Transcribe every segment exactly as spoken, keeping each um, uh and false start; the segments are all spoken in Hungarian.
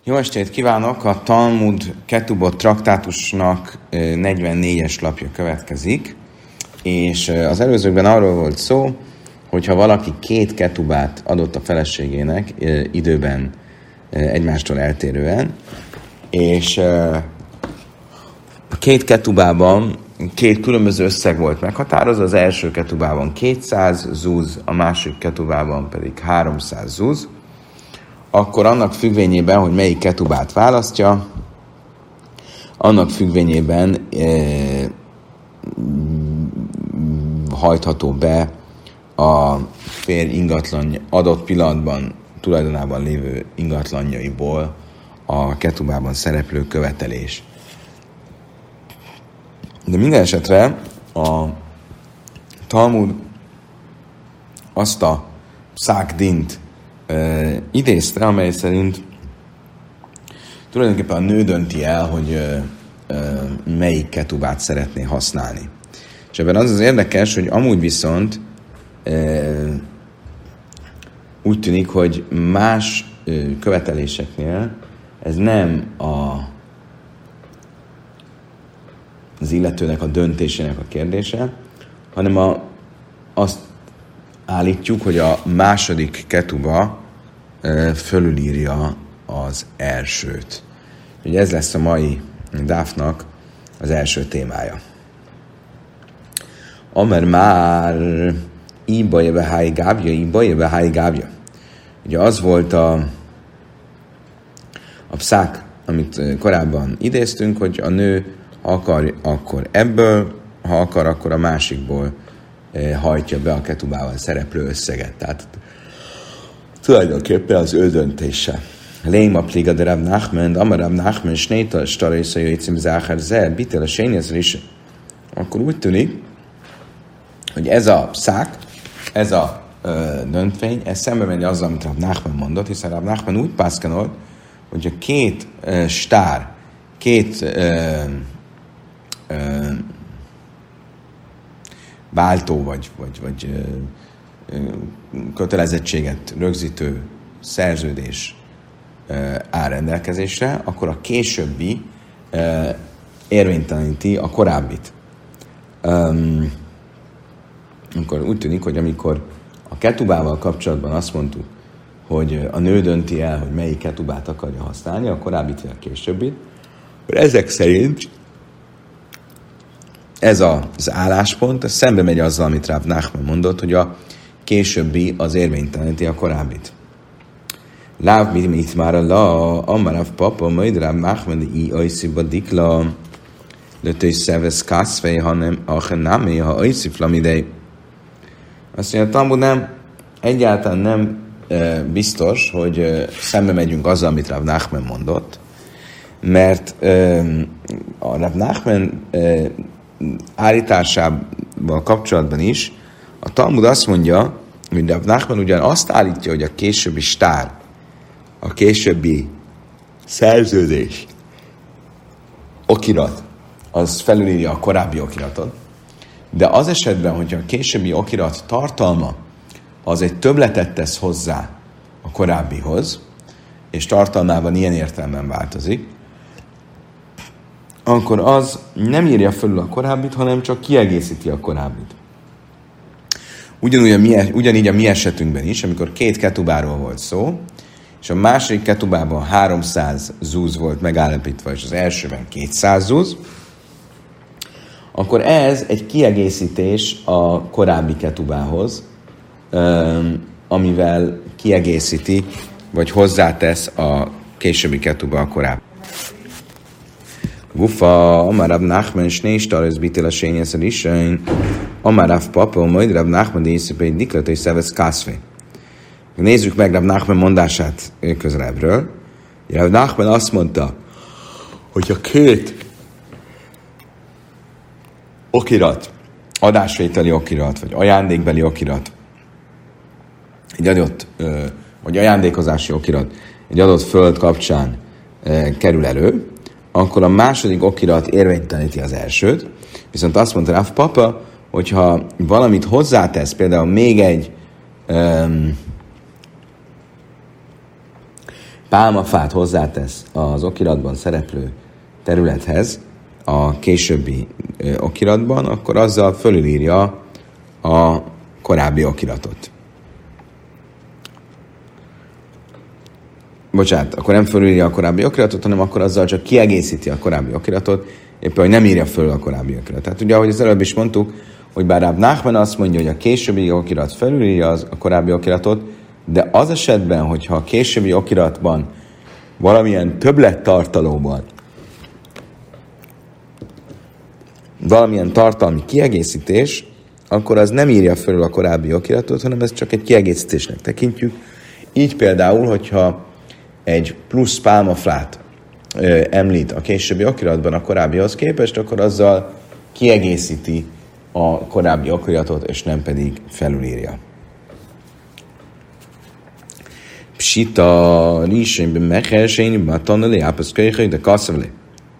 Jó estét kívánok! A Talmud Ketubot traktátusnak negyvennégyes lapja következik, és az előzőkben arról volt szó, hogyha valaki két ketubát adott a feleségének időben egymástól eltérően, és a két ketubában két különböző összeg volt meghatározva, az első ketubában kétszáz zúz, a másik ketubában pedig háromszáz zúz, akkor annak függvényében, hogy melyik ketubát választja, annak függvényében e, hajtható be a férj ingatlan adott pillanatban tulajdonában lévő ingatlanjaiból a ketubában szereplő követelés. De minden esetre a Talmud azt a pszák-dint Uh, idézte, amely szerint tulajdonképpen a nő dönti el, hogy uh, uh, melyik ketubát szeretné használni. És ebben az az érdekes, hogy amúgy viszont uh, úgy tűnik, hogy más uh, követeléseknél ez nem a, az illetőnek a döntésének a kérdése, hanem a, azt állítjuk, hogy a második ketuba e, fölülírja az elsőt. Ugye ez lesz a mai dáfnak az első témája. Amer már ibaje beháj gábja, ibaje beháj gábja. Ugye az volt a, a pszák, amit korábban idéztünk, hogy a nő ha akar, akkor ebből, ha akar, akkor a másikból hajtja be a ketubával szereplő összeget. Tehát tulajdonképpen az ő döntése. Léma pliga de Rav Nachman, Amar Rav Nachman, Snéta, Starésza, Jöjcim, Záhár, Zer, Bitel, a Sényezr is. Akkor úgy tűnik, hogy ez a szák, ez a ö, döntvény, ez szembe megy azzal, amit Rav Nachman mondott, hiszen Rav Nachman úgy pászkanolt, hogy a két ö, stár, két ö, ö, váltó vagy, vagy, vagy ö, ö, kötelezettséget rögzítő szerződés ö, áll rendelkezésre, akkor a későbbi ö, érvényteleníti a korábbit. Um, akkor úgy tűnik, hogy amikor a ketubával kapcsolatban azt mondtuk, hogy a nő dönti el, hogy melyik ketubát akarja használni, a korábbit vagy a későbbit, akkor ezek szerint ez az álláspont, ez szembe megy azzal, amit Rav Nachman mondott, hogy a későbbi az érvényteleníti a korábbit. Láv mit mit már a la, amarav papa, majd Rav Nachman i ajsziba dikla, lötöj szevesz kászfej, hanem achen námé, ha ajszif lamidej. Azt mondja, a Talmud nem, egyáltalán nem e, biztos, hogy e, szembe megyünk azzal, amit Rav Nachman mondott, mert e, a Rav Nachman e, állításával kapcsolatban is a Talmud azt mondja, hogy Rav Nachman ugyan azt állítja, hogy a későbbi stár, a későbbi szerződés, okirat, az felülírja a korábbi okiratot, de az esetben, hogyha a későbbi okirat tartalma az egy többletet tesz hozzá a korábbihoz, és tartalmában ilyen értelemben változik, akkor az nem írja fölül a korábbit, hanem csak kiegészíti a korábbit. Ugyanúgy a mi, ugyanígy a mi esetünkben is, amikor két ketubáról volt szó, és a második ketubában háromszáz zúz volt megállapítva, és az elsőben kétszáz zúz, akkor ez egy kiegészítés a korábbi ketubához, amivel kiegészíti, vagy hozzátesz a későbbi ketuba a korábbi. Gufa, Amarav Nachman, Snésztaröz, Bitel a Sényeszer is, Amarav Papa, majd Rav Nachman, de észipei diklat, és szevesz kászvé. Nézzük meg Rav Nachman mondását közelebbről. Rav Nachman azt mondta, hogy a két okirat, adásvételi okirat, vagy ajándékbeli okirat, egy adott, vagy ajándékozási okirat, egy adott föld kapcsán kerül elő, akkor a második okirat érvényteleníti az elsőt, viszont azt mondta Rav Papa, hogyha valamit hozzátesz, például még egy um, pálmafát hozzátesz az okiratban szereplő területhez a későbbi ö, okiratban, akkor azzal fölülírja a korábbi okiratot. Bocsánat, akkor nem fölülírja a korábbi okiratot, hanem akkor azzal csak kiegészíti a korábbi okiratot, éppen, hogy nem írja föl a korábbi okiratot. Tehát ugye, ahogy az előbb is mondtuk, hogy bár Rab Nachman azt mondja, hogy a későbbi okirat felülírja az, a korábbi okiratot, de az esetben, hogyha a későbbi okiratban valamilyen többlettartalomban valamilyen tartalmi kiegészítés, akkor az nem írja föl a korábbi okiratot, hanem ez csak egy kiegészítésnek tekintjük. Így például, hogyha egy plusz pálmaflát ö, említ a későbbi okiratban a korábbihoz képest, akkor azzal kiegészíti a korábbi okiratot, és nem pedig felülírja. Psita risényben meghersényben tanulni, ápaszkölyhöj, de kasszavli.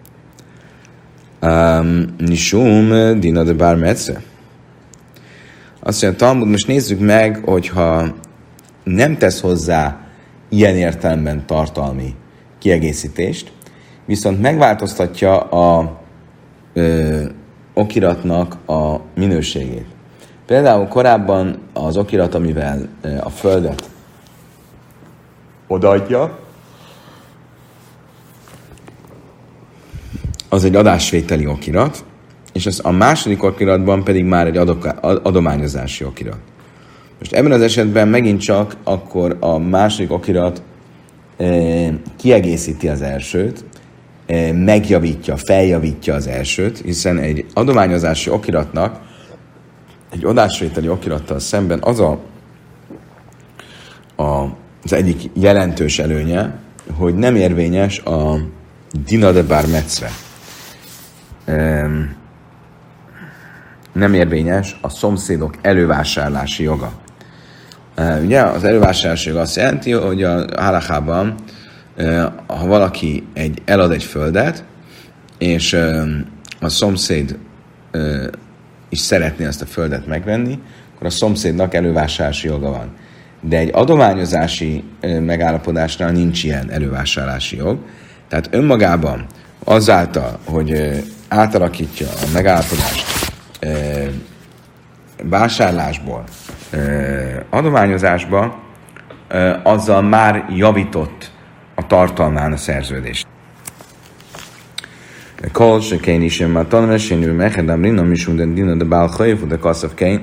Nisum dina de bár metsze. Azt mondja, Talmud, most nézzük meg, hogyha nem tesz hozzá ilyen értelemben tartalmi kiegészítést, viszont megváltoztatja a ö, okiratnak a minőségét. Például korábban az okirat, amivel ö, a földet odaadja, az egy adásvételi okirat, és az a második okiratban pedig már egy adok- adományozási okirat. Most ebben az esetben megint csak akkor a második okirat e, kiegészíti az elsőt, e, megjavítja, feljavítja az elsőt, hiszen egy adományozási okiratnak, egy adásvételi okirattal szemben az a, a, az egyik jelentős előnye, hogy nem érvényes a dina de bar metzve. E, nem érvényes a szomszédok elővásárlási joga. Uh, ugye az elővásárlási joga azt jelenti, hogy a halachában, uh, ha valaki egy, elad egy földet, és uh, a szomszéd uh, is szeretné ezt a földet megvenni, akkor a szomszédnak elővásárlási joga van. De egy adományozási uh, megállapodásnál nincs ilyen elővásárlási jog. Tehát önmagában azáltal, hogy uh, átalakítja a megállapodást vásárlásból adományozásba, azzal már javított a tartalmán a szerződést. Kol se kén is jön már tanulmánysén, hogy megkedem rinnom is, de dina de bál hajfú, de kasszav kén.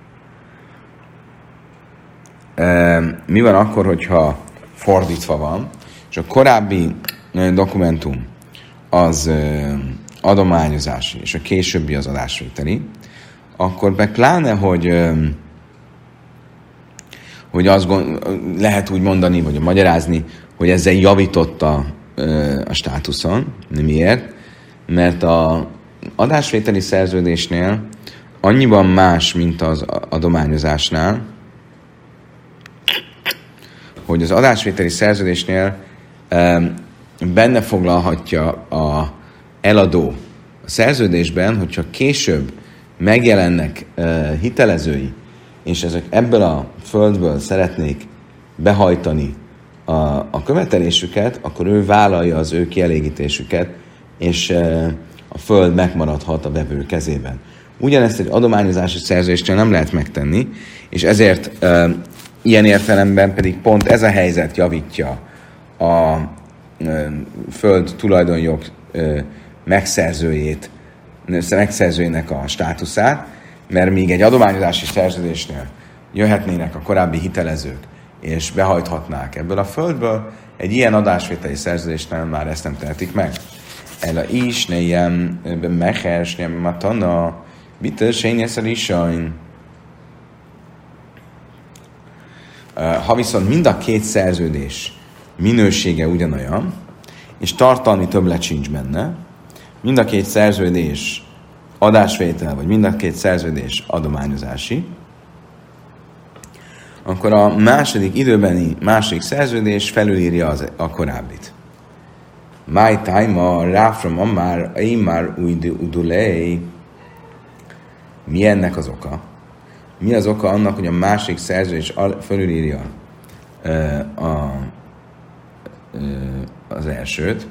Mi van akkor, hogyha fordítva van, és a korábbi dokumentum az adományozási, és a későbbi az adásvételi, akkor be pláne, hogy, hogy azt gond, lehet úgy mondani, vagy magyarázni, hogy ezzel javította a státuszon. Miért? Mert az adásvételi szerződésnél annyiban más, mint az adományozásnál, hogy az adásvételi szerződésnél benne foglalhatja a eladó a szerződésben, hogyha később megjelennek uh, hitelezői, és ezek ebből a földből szeretnék behajtani a, a követelésüket, akkor ő vállalja az ő kielégítésüket, és uh, a föld megmaradhat a vevő kezében. Ugyanezt egy adományozási szerződésnél nem lehet megtenni, és ezért uh, ilyen értelemben pedig pont ez a helyzet javítja a uh, föld tulajdonjog uh, megszerzőjét, megszerzőjének a státuszát, mert míg egy adományozási szerződésnél jöhetnének a korábbi hitelezők, és behajthatnák ebből a földből, egy ilyen adásvételi szerződésnél már ezt nem tehetik meg. Ela is, ne ilyen mechers, ne matana, bitte, sényeszer is Ha viszont mind a két szerződés minősége ugyanolyan, és tartalmi többlet sincs benne, mind a két szerződés adásvétel, vagy mind a két szerződés adományozási, akkor a második időbeni második szerződés felülírja az, a korábbit. My time a ráfram amár, én már udulei. Mi ennek az oka? Mi az oka annak, hogy a másik szerződés felülírja a az elsőt.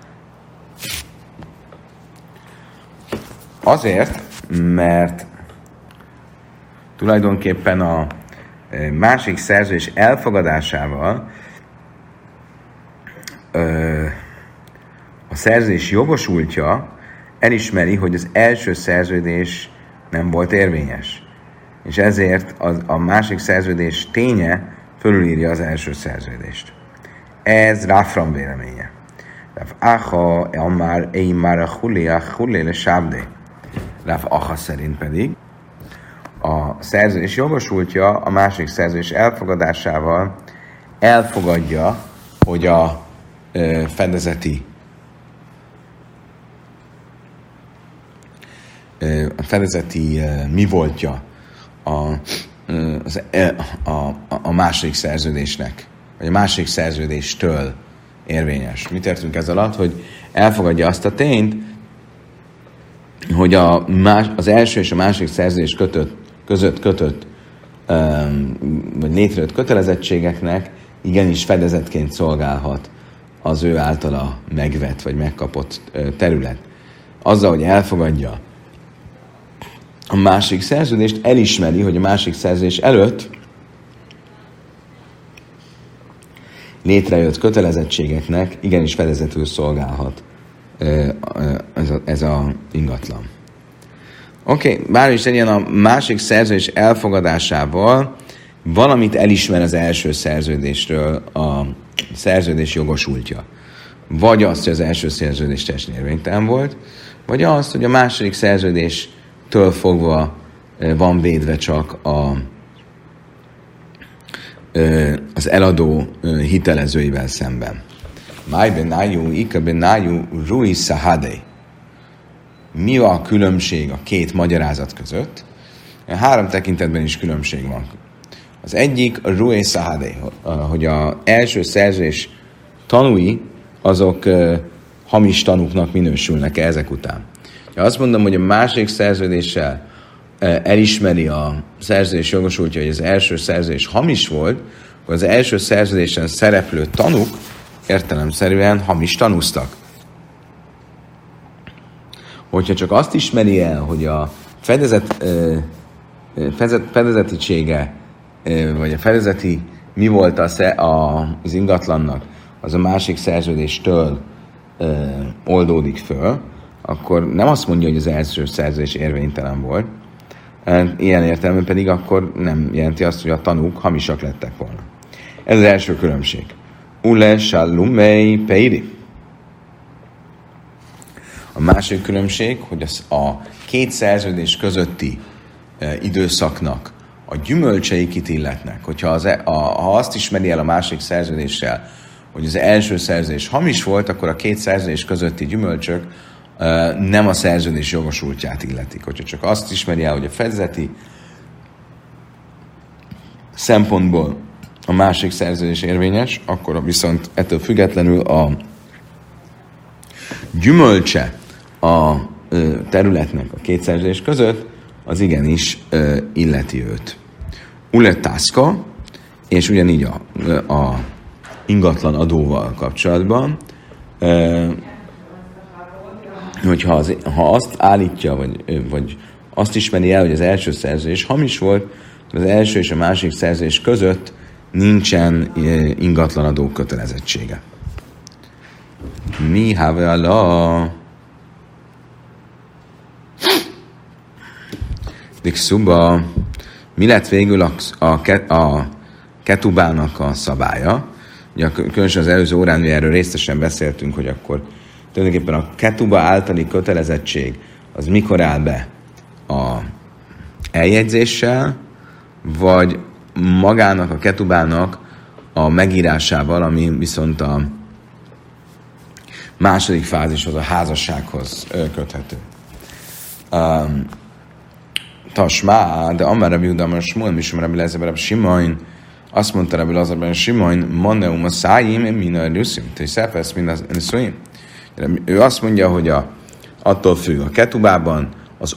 Azért, mert tulajdonképpen a másik szerződés elfogadásával a szerződés jogosultja elismeri, hogy az első szerződés nem volt érvényes. És ezért a, a másik szerződés ténye fölülírja az első szerződést. Ez Ráfram véleménye. Ráf Acha, Amár, Eimár, a Hulé, a Hulé, le Sábdé. Ráf Acha szerint pedig a szerződés jogosultja a másik szerződés elfogadásával elfogadja, hogy a ö, fedezeti ö, a fedezeti ö, mi voltja a, ö, az, a, a, a másik szerződésnek, vagy a másik szerződéstől érvényes. Mit értünk ez alatt? Hogy elfogadja azt a tényt, hogy a más, az első és a másik szerződés kötött, között kötött, um, vagy létrejött kötelezettségeknek igenis fedezetként szolgálhat az ő általa megvett, vagy megkapott uh, terület. Azzal, hogy elfogadja a másik szerződést, elismeri, hogy a másik szerződés előtt létrejött kötelezettségeknek igenis fedezetül szolgálhat ez a, ez a ingatlan. Oké, okay, bár is legyen a másik szerződés elfogadásával valamit elismer az első szerződésről a szerződés jogosultja. Vagy azt, hogy az első szerződés teljesen érvénytelen volt, vagy azt, hogy a második szerződéstől fogva van védve csak a az eladó hitelezőivel szemben. Máj benájú, ika benájú, rui szahadé. Mi a különbség a két magyarázat között? Három tekintetben is különbség van. Az egyik a rui szahadé, hogy az első szerződés tanúi, azok hamis tanúknak minősülnek ezek után. Ha azt mondom, hogy a másik szerződéssel elismeri a szerződés jogosultja, hogy az első szerződés hamis volt, akkor az első szerződésen szereplő tanúk értelemszerűen hamis tanúztak. Hogyha csak azt ismeri el, hogy a fedezet, fedezet, fedezetisége, vagy a fedezeti mi volt a, az ingatlannak, az a másik szerződéstől oldódik föl, akkor nem azt mondja, hogy az első szerződés érvénytelen volt. Ilyen értelemben pedig akkor nem jelenti azt, hogy a tanúk hamisak lettek volna. Ez az első különbség. Ule shallumei peiri. A másik különbség, hogy az a két szerződés közötti e, időszaknak a gyümölcsei illetnek. Hogyha az, a, ha azt ismeri el a másik szerződéssel, hogy az első szerződés hamis volt, akkor a két szerződés közötti gyümölcsök e, nem a szerződés jogosultját illetik. Hogyha csak azt ismeri el, hogy a fedezeti szempontból a másik szerződés érvényes, akkor viszont ettől függetlenül a gyümölcse a ö, területnek a két szerződés között, az igenis ö, illeti őt. Uletászka, és ugyanígy a, a ingatlan adóval kapcsolatban, ö, hogyha az, ha azt állítja, vagy, vagy azt ismeri el, hogy az első szerződés hamis volt, az első és a másik szerződés között nincsen ingatlanadó kötelezettsége. Mi haveala? Dikszuba. Mi lett végül a, a, a ketubának a szabálya? Ugye különösen az előző órán mi erről részesen beszéltünk, hogy akkor tulajdonképpen a ketuba általi kötelezettség az mikor áll be? A eljegyzéssel, vagy magának a ketubának a megírásával, ami viszont a második fázishoz, a házassághoz köthető. Um, Tasmá, de amár Rabbi Judá Smul, Mishum Rabbi Lezer Rabbi Shimon, azt mondta Rabbi Lezer Rabbi Shimon, Maneum a szájim, min a rüsszim, te szepesz, min a niszuim. Ő azt mondja, hogy a, attól függ, a ketubában az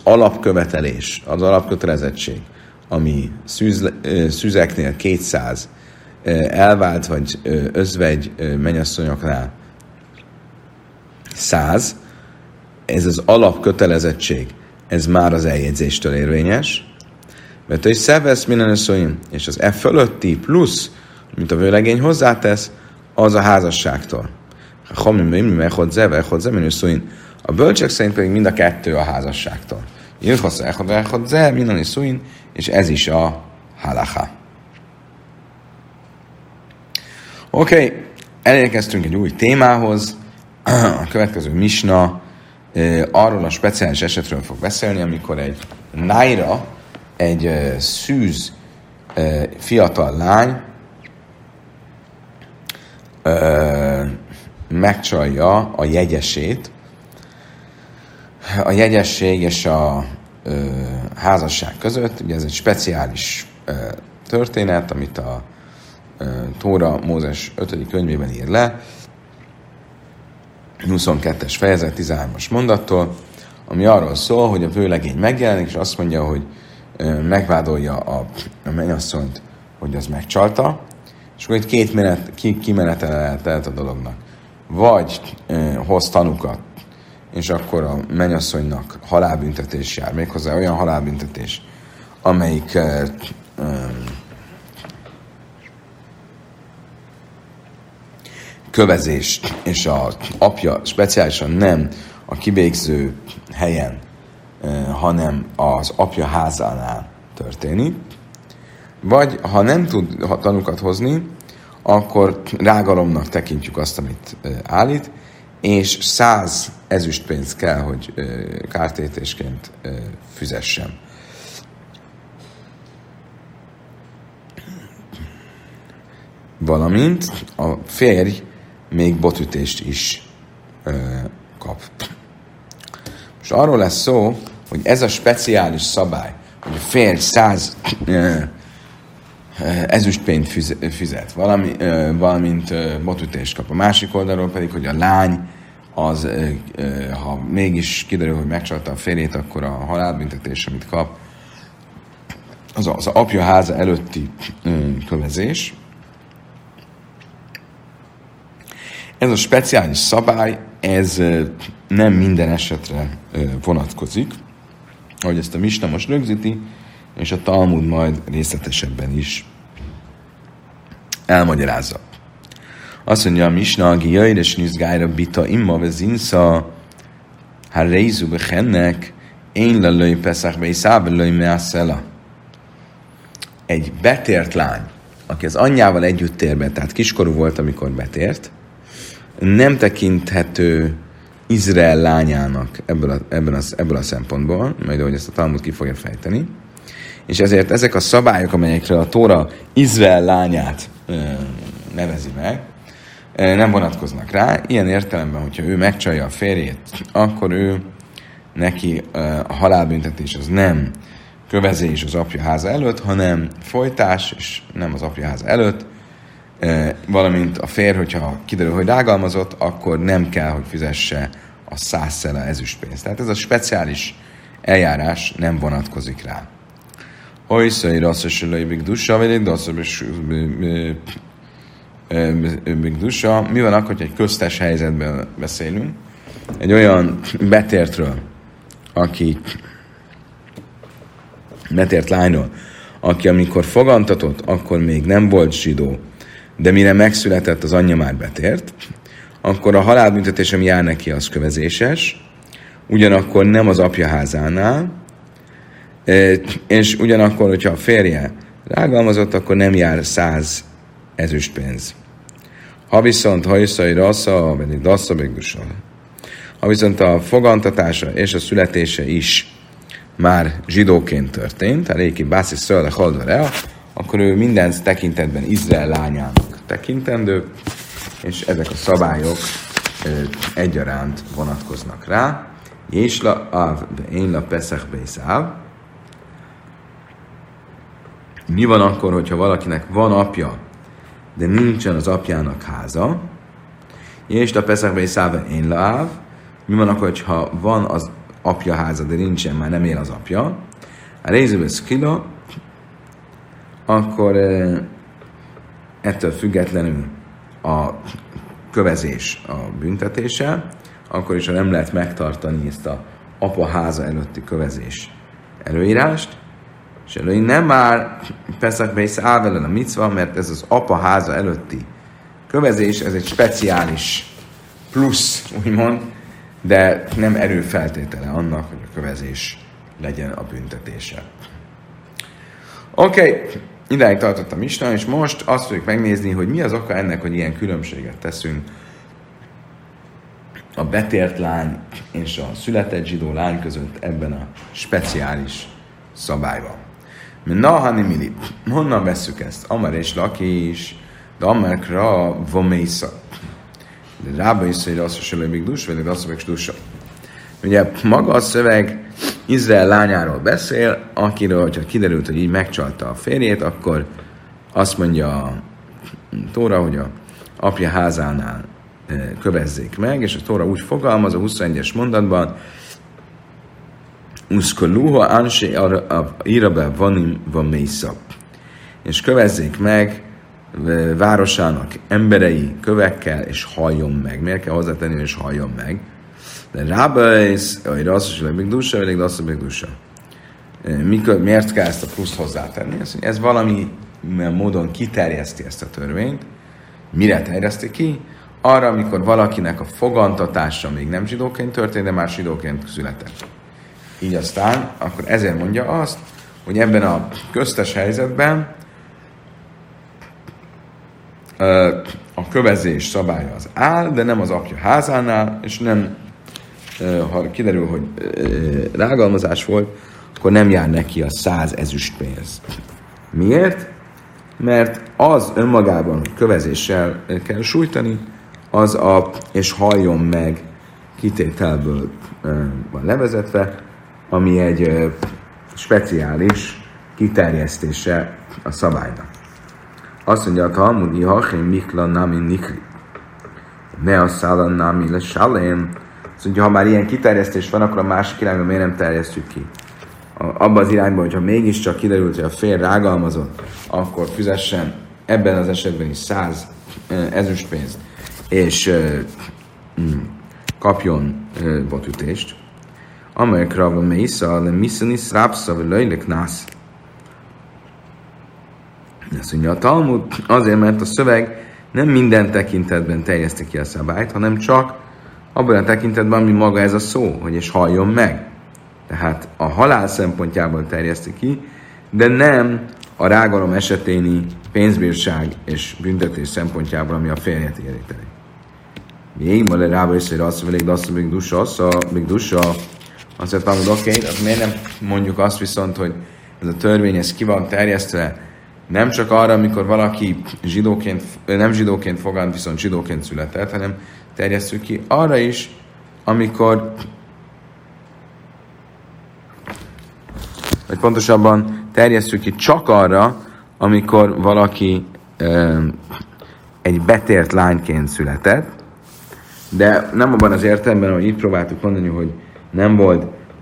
alapkövetelés, az alapkötelezettség, ami szűz, szűzeknél kétszáz elvált vagy özvegy mennyasszonyoknál száz, ez az alapkötelezettség, ez már az eljegyzéstől érvényes, mert hogy szevesz minden összoim, és az e fölötti plusz, mint a vőlegény hozzátesz, az a házasságtól. A bölcsek szerint pedig mind a kettő a házasságtól. Jöjjhosz echod echod ze, minden is szuin, és ez is a halacha. Oké, okay. Elérkeztünk egy új témához. A következő misna arról a speciális esetről fog beszélni, amikor egy nájra, egy szűz fiatal lány megcsalja a jegyesét. A jegyesség és a házasság között, ugye ez egy speciális történet, amit a Tóra Mózes ötödik könyvében ír le, huszonkettes fejezet, tizenhármas mondattól, ami arról szól, hogy a vőlegény megjelenik, és azt mondja, hogy megvádolja a, a mennyasszonyt, hogy az megcsalta, és akkor itt két menet, ki, kimenetele lehet a dolognak. Vagy e, hoz tanukat, és akkor a mennyasszonynak halálbüntetés jár, méghozzá olyan halálbüntetés, amelyik e, e, kövezés, és az apja speciálisan nem a kivégző helyen, eh, hanem az apja házánál történik. Vagy ha nem tud ha tanukat hozni, akkor rágalomnak tekintjük azt, amit eh, állít, és száz ezüstpénzt kell, hogy eh, kártérítésként eh, füzessen. Valamint a férj még botütést is ö, kap. Most arról lesz szó, hogy ez a speciális szabály, hogy a férj száz ö, ezüstpént fizet, valami, ö, valamint ö, botütést kap. A másik oldalról pedig, hogy a lány, az, ö, ö, ha mégis kiderül, hogy megcsalta a férjét, akkor a halálbüntetés, amit kap, az az apja háza előtti ö, kövezés. Ez a speciális szabály, ez nem minden esetre vonatkozik, ahogy ezt a misna most rögzíti, és a Talmud majd részletesebben is elmagyarázza. Azt mondja a misna, agi jöjres nizgájra bita imma vezinsza, ha reizu bechennek, én lelőj peszach beiszábe lőj meászela. Egy betért lány, aki az anyjával együtt tér be, tehát kiskorú volt, amikor betért, nem tekinthető Izrael lányának ebből a, ebben a, ebből a szempontból, majd ahogy ezt a Talmud ki fogja fejteni, és ezért ezek a szabályok, amelyekről a Tóra Izrael lányát e, nevezi meg, e, nem vonatkoznak rá. Ilyen értelemben, hogyha ő megcsalja a férjét, akkor ő neki e, a halálbüntetés az nem kövezés az apja háza előtt, hanem folytás, és nem az apja háza előtt, E, valamint a férj, hogyha kiderül, hogy rágalmazott, akkor nem kell, hogy fizesse a száz szela ezüstpénzt. Tehát ez a speciális eljárás nem vonatkozik rá. Olyszai rasszos lőjbik dusa, vagy egy rasszos dusa. Mi van akkor, hogy egy köztes helyzetben beszélünk? Egy olyan betértről, aki betért lányról, aki amikor fogantatott, akkor még nem volt zsidó, de mire megszületett, az anyja már betért, akkor a halálbüntetés, ami jár neki, az kövezéses, ugyanakkor nem az apja házánál, és ugyanakkor, hogyha a férje rágalmazott, akkor nem jár száz ezüstpénz. Ha viszont hajszai rassza, vagy dassza, begdusa. Ha viszont a fogantatása és a születése is már zsidóként történt, tehát réki bászi szölle haldvarea, akkor ő minden tekintetben Izrael lányának tekintendő, és ezek a szabályok egyaránt vonatkoznak rá. Jésla av, én la peszach beiszáv. Mi van akkor, hogyha valakinek van apja, de nincsen az apjának háza? Jésla peszach beiszáv, én la av. Mi van akkor, hogyha van az apja háza, de nincsen, már nem él az apja? A rézőbe szkila, akkor ettől függetlenül a kövezés a büntetése, akkor is, ha nem lehet megtartani ezt a apa háza előtti kövezés előírást, és elői nem már Peszach Bész Ávelen a micva, mert ez az apa háza előtti kövezés, ez egy speciális plusz, úgymond, de nem erőfeltétele annak, hogy a kövezés legyen a büntetése. Oké, okay, idáig tartott a misna, és most azt fogjuk megnézni, hogy mi az oka ennek, hogy ilyen különbséget teszünk a betért lány és a született zsidó lány között ebben a speciális szabályban. Na, hani mili, honnan vesszük ezt? Amar és Laki is, de Amerkra vomésza. De rába is, hogy azt is előbbig dus, vagy azt is dusa. Ugye maga a szöveg Izrael lányáról beszél, akiről, hogyha kiderült, hogy így megcsalta a férjét, akkor azt mondja a Tóra, hogy a apja házánál kövezzék meg, és a Tóra úgy fogalmaz a huszonegyes mondatban, Uszkoluha ansé irabe vanim van mésza. És kövezzék meg városának emberei kövekkel, és halljon meg. Miért kell hozzátenni, és halljon meg? De rábajsz, hogy rasszus még dusa, vagy rasszus még dusa. Mikor, miért kell ezt a pluszt hozzátenni? Ez valami módon kiterjeszti ezt a törvényt. Mire terjeszti ki? Arra, amikor valakinek a fogantatása még nem zsidóként történt, de már zsidóként született. Így aztán, akkor ezért mondja azt, hogy ebben a köztes helyzetben a kövezés szabálya az áll, de nem az apja házánál, és nem, ha kiderül, hogy rágalmazás volt, akkor nem jár neki a száz ezüstpénz. Miért? Mert az önmagában kövezéssel kell sújtani, az a, és halljon meg kitételből van levezetve, ami egy speciális kiterjesztése a szabálynak. Azt mondja, a Talmud, Ihachén Mikla Nami Nikri, ne a Szálan Nami le Salén. Azt mondja, ha már ilyen kiterjesztés van, akkor a másik irányban miért nem terjesztjük ki? Abban az irányban, hogyha mégiscsak kiderült, hogy a férj rágalmazott, akkor fizessen ebben az esetben is száz ezüstpénzt, és mm, kapjon botütést. Amelyekre van mésza, de miszenis rápsza, vagy löjlek nász. Azt mondja a Talmud, azért, mert a szöveg nem minden tekintetben terjeszti ki a szabályt, hanem csak abban a tekintetben, ami maga ez a szó, hogy és halljon meg. Tehát a halál szempontjából terjeszti ki, de nem a rágalom eseténi pénzbírság és büntetés szempontjából, ami a férjet érinteni. Még ma le rába is, hogy azt mondja, hogy azt mondja, hogy dusa, még dusa. Azt mondja, hogy oké, okay, miért nem mondjuk azt viszont, hogy ez a törvény, ez ki van terjesztve, nem csak arra, amikor valaki zsidóként, nem zsidóként fogant, viszont zsidóként született, hanem terjesztjük ki arra is, amikor, vagy pontosabban terjesztjük ki csak arra, amikor valaki ö, egy betért lányként született, de nem abban az értelemben, hogy így próbáltuk mondani, hogy nem volt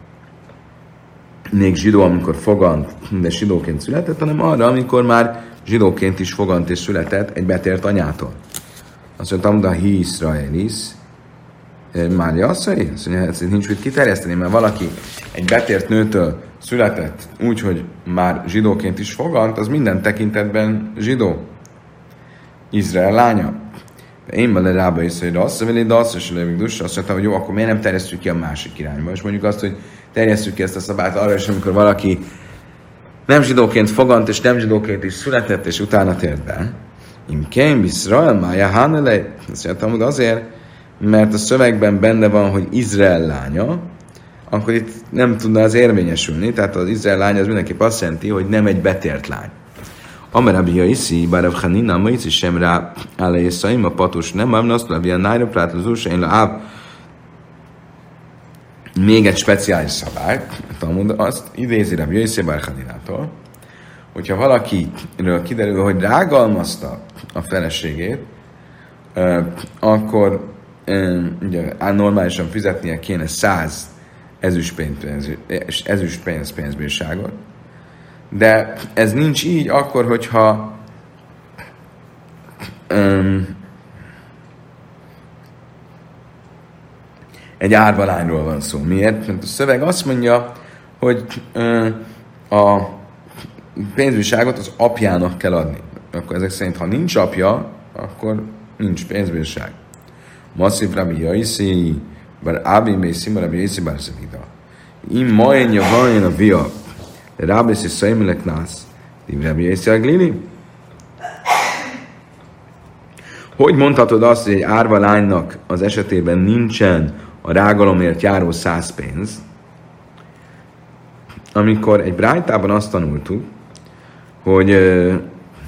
még zsidó, amikor fogant, de zsidóként született, hanem arra, amikor már zsidóként is fogant és született egy betért anyától. Azt mondtam, de hi Iszraelis, már jasszai? Azt mondja, ezt nincs mit kiterjeszteni, mert valaki egy betért nőtől született úgy, hogy már zsidóként is fogant, az minden tekintetben zsidó. Izrael lánya. De én vele rába is, hogy azt mondja, de azt is lövik dussa, azt mondtam, hogy jó, akkor miért nem terjesztjük ki a másik irányba? És mondjuk azt, hogy terjesztjük ki ezt a szabályt arra is, amikor valaki nem zsidóként fogant, és nem zsidóként is született, és utána tért be. Imkeim Iszrael mája hanele. Azt mondtam, hogy azért, mert a szövegben benne van, hogy Izrael lánya, akkor itt nem tudna az érvényesülni, tehát az Izrael lánya az mindenképp azt jelenti, hogy nem egy betért lány. Amerabia iszi, bár a Chanina, ma iszi sem rá áll észaim, a patus nem, ám azt mondja, a nájra plátozós, én le áll. Még egy speciális szabály, Talmud azt idézi Rabbi Yossi bar Chaninától, hogyha valakiről kiderül, hogy rágalmazta a feleségét, akkor ugye normálisan fizetnie kéne száz ezüstpénz pénzbírságot, de ez nincs így akkor, hogyha um, egy árva lányról van szó. Miért? Mert a szöveg azt mondja, hogy uh, a pénzbírságot az apjának kell adni. Akkor ezek szerint, ha nincs apja, akkor nincs pénzbírság. Masszív Rabbi Jaiszi, bár Ábi Mészi, bár Rabbi Jaiszi, bár Szevida. Im majnja van a via, Rabbi Szaimelek nász, Rabbi Jaiszi Aglili. Hogy mondhatod azt, hogy egy árva lánynak az esetében nincsen a rágalomért járó száz pénz, amikor egy brájtában azt tanultuk, hogy euh,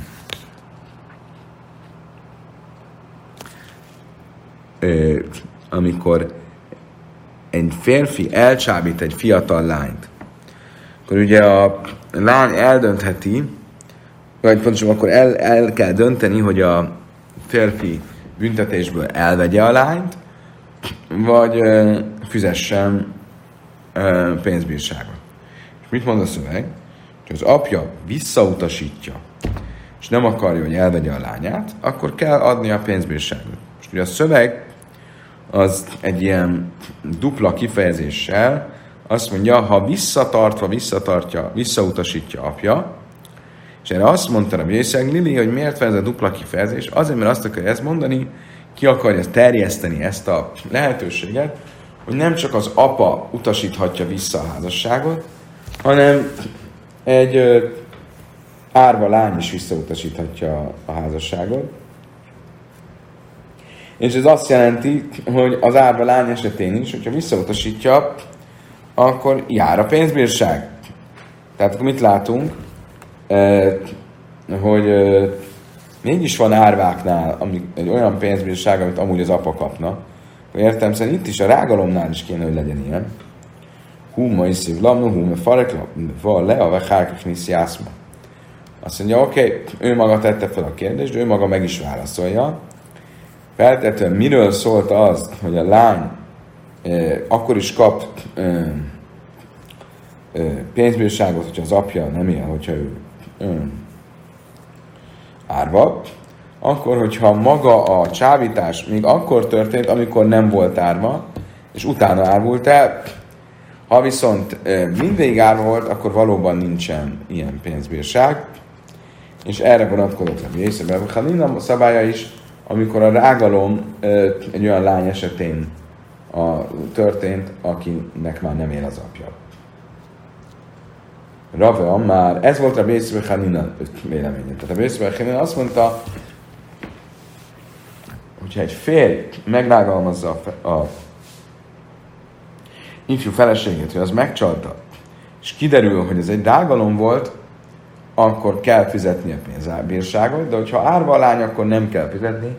euh, amikor egy férfi elcsábít egy fiatal lányt, akkor ugye a lány eldöntheti, vagy pontosan akkor el, el kell dönteni, hogy a férfi büntetésből elvegye a lányt, vagy euh, fizessen euh, pénzbírságot. És mit mond a szöveg? Ha az apja visszautasítja, és nem akarja, hogy elvegye a lányát, akkor kell adni a pénzbírságot. És ugye a szöveg az egy ilyen dupla kifejezéssel azt mondja, ha visszatartva, visszatartja, visszautasítja apja, és erre azt mondta a Jészeg Lili, hogy miért van ez a dupla kifejezés? Azért, mert azt akarja ezt mondani, ki akarja terjeszteni ezt a lehetőséget, hogy nem csak az apa utasíthatja vissza a házasságot, hanem egy ö, árva lány is visszautasíthatja a házasságot. És ez azt jelenti, hogy az árva lány esetén is, hogyha visszautasítja, akkor jár a pénzbírság. Tehát akkor mit látunk? E, hogy e, mégis van árváknál ami, egy olyan pénzbírság, amit amúgy az apa kapna. Értem, szerint itt is a rágalomnál is kéne, hogy legyen ilyen. Hú, ma is szívlam, hú, me farekla, van le, a vechárkif niszi ászma. Azt mondja, oké, okay, ő maga tette fel a kérdést, ő maga meg is válaszolja. Feltetően miről szólt az, hogy a lány eh, akkor is kap eh, eh, pénzbírságot, hogyha az apja nem ilyen, hogyha ő eh, árva, akkor, hogyha maga a csábítás még akkor történt, amikor nem volt árva, és utána árvult el. Ha viszont eh, mindvégig árva volt, akkor valóban nincsen ilyen pénzbírság, és erre vonatkozott a Jézsebel. A szabálya is, amikor a rágalom ö, egy olyan lány esetén a, történt, akinek már nem él az apja. Rave már, ez volt a Bészbe Hanina véleménye. Tehát a Bészbe Hanina azt mondta, hogyha egy férj megrágalmazza a, a ifjú feleségét, hogy az megcsalta, és kiderül, hogy ez egy rágalom volt, akkor kell fizetni a pénzbírságot, de hogyha árva a lány, akkor nem kell fizetni.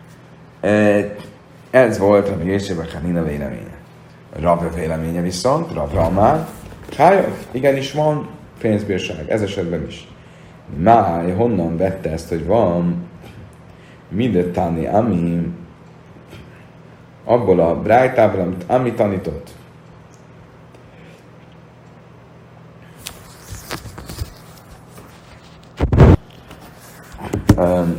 Ez volt Rabbi Jézsebe Hanina véleménye. Rabbi véleménye viszont, Rabbi már, hát igenis van pénzbírság, ez esetben is. Máj, honnan vette ezt, hogy van mindet tanni, ami abból a brájtából, amit Ami tanított. Um,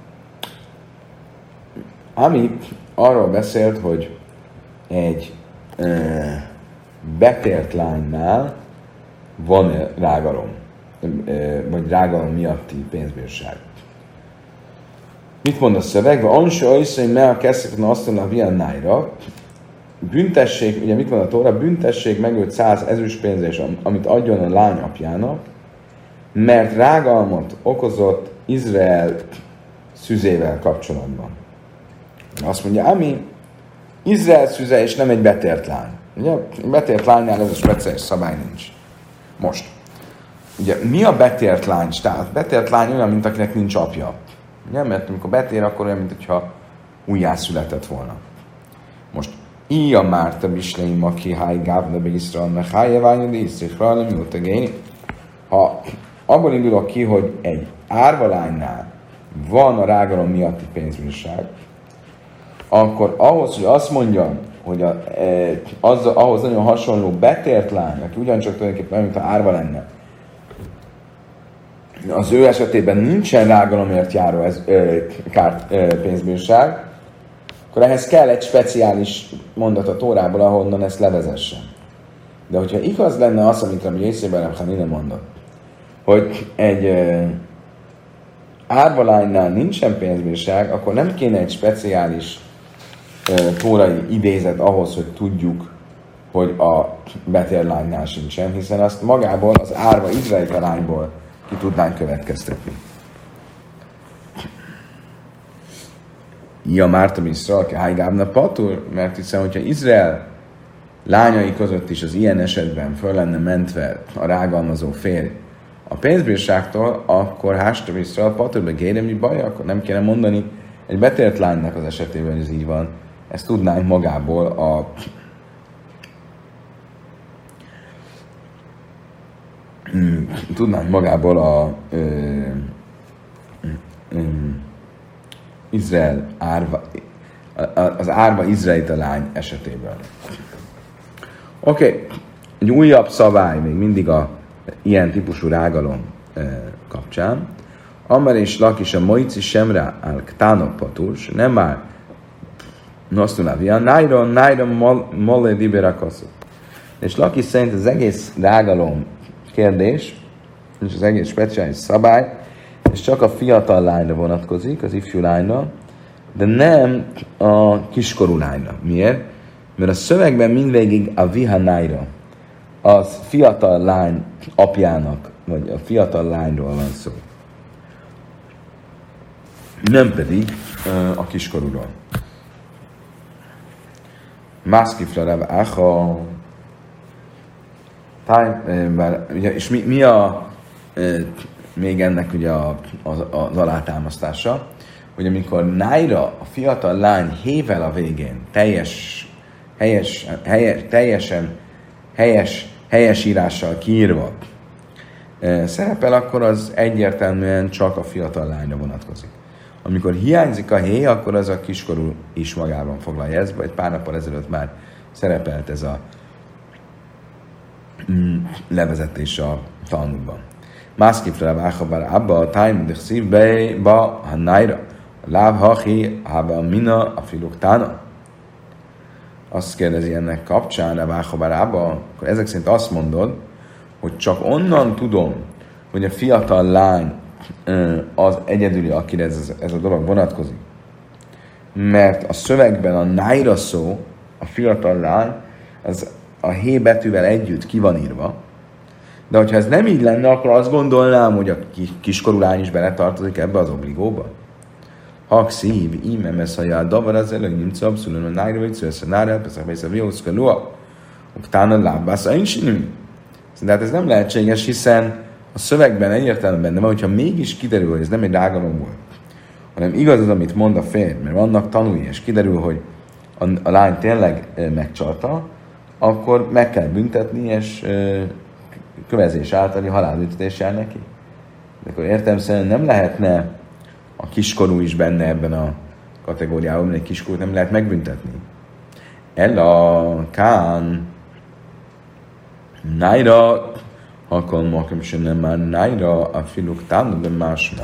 Ami arról beszélt, hogy egy uh, betért lánynál van rágalom, uh, vagy rágalom miatti pénzbírság. Mit mond a szöveg? Ansa ajszai me a keszek na azt a viannájra. Büntesség, ugye mit mond a Tóra? Büntesség megölt száz ezüstpénzes, amit adjon a lány apjának, mert rágalmat okozott Izrael szüzével kapcsolatban. Azt mondja, ami Izrael szüze és nem egy betért lány. Ugye, betért lánynál ez a speciális szabály nincs. Most. Ugye, mi a betért lány? Tehát betért lány olyan, mint akinek nincs apja. Ugye, mert amikor betér, akkor olyan, mint hogyha újjászületett volna. Most, Ija Márta Bisleim, aki háj gávna be Iszrael, meg háj ványod Iszrael, nem jut a géni. Ha abból indulok ki, hogy egy árva lánynál van a rágalom miatti pénzbírság, akkor ahhoz, hogy azt mondjam, hogy a, e, az, ahhoz nagyon hasonló betért lány, aki ugyancsak tulajdonképpen, mint ha árva lenne, az ő esetében nincsen rágalomért járó ez, ö, kárt, ö, pénzbírság, akkor ehhez kell egy speciális mondat a Tórából, ahonnan ezt levezessen. De hogyha igaz lenne az, amit a Jézében Hanina mondott, hogy egy ö, árvalánynál nincsen pénzbírság, akkor nem kéne egy speciális ö, tórai idézet ahhoz, hogy tudjuk, hogy a betérlánynál sincsen, hiszen azt magából, az árva izraelita lányból ki tudnánk következtetni. Ja, Mártam Iszrael, ke Hájgábna Patur, mert hiszen, hogyha Izrael lányai között is az ilyen esetben föl lenne mentve a rágalmazó férj a pénzbírságtól, akkor Hástam Iszrael Paturbe géremi baj, akkor nem kéne mondani egy betért lánynak az esetében ez így van. Ezt tudnánk magából a tudnánk magából a ö, ö, Izrael árva, az árva izraelita lány esetében. Oké, okay. Egy újabb szabály még mindig a ilyen típusú rágalom ö, kapcsán. Amar és lakis a moici semre al ktánok paturs, nem már nosztulavia, nájron, nájron molle liberakaszuk. És Laki szerint az egész rágalom kérdés, és az egész speciális szabály, és csak a fiatal lányra vonatkozik, az ifjú lányra, de nem a kiskorú lányra. Miért? Mert a szövegben mindvégig a vihanájra, az fiatal lány apjának, vagy a fiatal lányról van szó. Nem pedig uh, a kiskorúról. Mászkifra Rav Acha. Ugye, és mi, mi a e, még ennek ugye a, az, az alátámasztása, hogy amikor Nájra, a fiatal lány hével a végén, teljes, helyes, helyes, teljesen helyes, helyes írással kiírva e, szerepel, akkor az egyértelműen csak a fiatal lányra vonatkozik. Amikor hiányzik a héj, akkor az a kiskorú is magában foglalja ezt, vagy pár nappal ezelőtt már szerepelt ez a levezetés a Talmudban. Mászkifre Váchabar Abba a Tájmud szívbe ba a nájra láv hachi hába mina a filuktána. Azt kérdezi ennek kapcsán a Váchabar Abba, akkor ezek szerint azt mondod, hogy csak onnan tudom, hogy a fiatal lány az egyedüli, akire ez, ez a dolog vonatkozik. Mert a szövegben a nájra szó, a fiatal lány, az a hé betűvel együtt ki van írva, de hogyha ez nem így lenne, akkor azt gondolnám, hogy a kiskorú lány is beletartozik ebbe az obligóba. Hak szív, íme meszajá, davar az elő, nimca abszolút, a nájra vagy szősz, a nájra, persze, hogy a viószka lua, utána lábbász, a insinüm. De hát ez nem lehetséges, hiszen a szövegben egyértelműen benne van, hogyha mégis kiderül, hogy ez nem egy rágalom volt, hanem igaz az, amit mond a férj, mert vannak tanúi, és kiderül, hogy a, a lány tényleg megcsalta, akkor meg kell büntetni, és ö, kövezés általi halálbüntetés jár neki. De akkor értelemszerűen nem lehetne a kiskorú is benne ebben a kategóriában, mert egy kiskorút nem lehet megbüntetni. Ella, Kán, Nájra, akkor makem sem nem már Nájra, a filuk támad, de másma.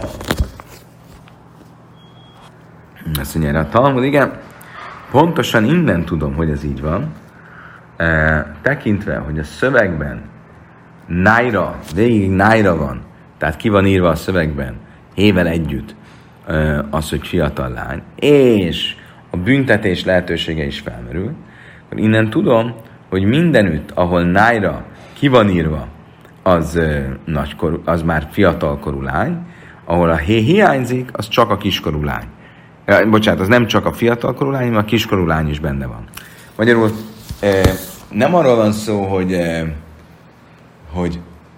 Ezt mondja a Talmud, igen. Pontosan innen tudom, hogy ez így van. E, tekintve, hogy a szövegben nájra, végig nájra van, tehát ki van írva a szövegben, hével együtt, e, az, hogy fiatal lány, és a büntetés lehetősége is felmerül, akkor innen tudom, hogy mindenütt, ahol nájra ki van írva, az, e, nagykorú, az már fiatalkorú lány, ahol a hé hiányzik, az csak a kiskorú lány. Ja, bocsánat, az nem csak a fiatalkorú lány, hanem a kiskorú lány is benne van. Magyarul eh, nem arról van szó, hogy, eh, hogy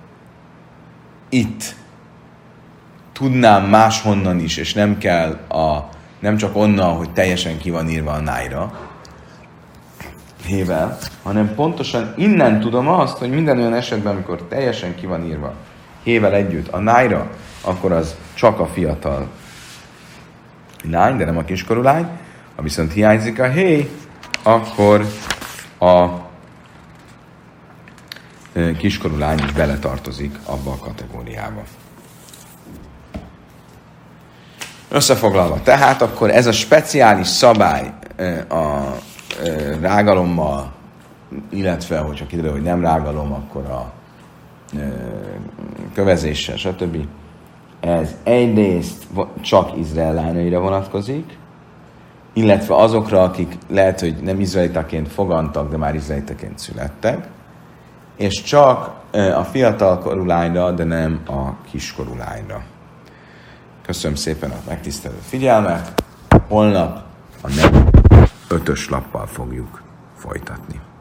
itt tudnám máshonnan is, és nem kell a, nem csak onnan, hogy teljesen ki van írva a nájra, hével, hanem pontosan innen tudom azt, hogy minden olyan esetben, amikor teljesen ki van írva hével együtt a nájra, akkor az csak a fiatal lány, de nem a kiskorú lány. Ha viszont hiányzik a hé, akkor a kiskorú lány is beletartozik abba a kategóriába. Összefoglalva, tehát akkor ez a speciális szabály a rágalommal, illetve, hogyha kiderül, hogy nem rágalom, akkor a kövezéssel, stb. Ez egyrészt csak Izrael lányaira vonatkozik, illetve azokra, akik lehet, hogy nem izraelitaként fogantak, de már izraelitaként születtek, és csak a fiatalkorú lányra, de nem a kiskorú lányra. Köszönöm szépen a megtisztelő figyelmet. Holnap a ötös lappal fogjuk folytatni.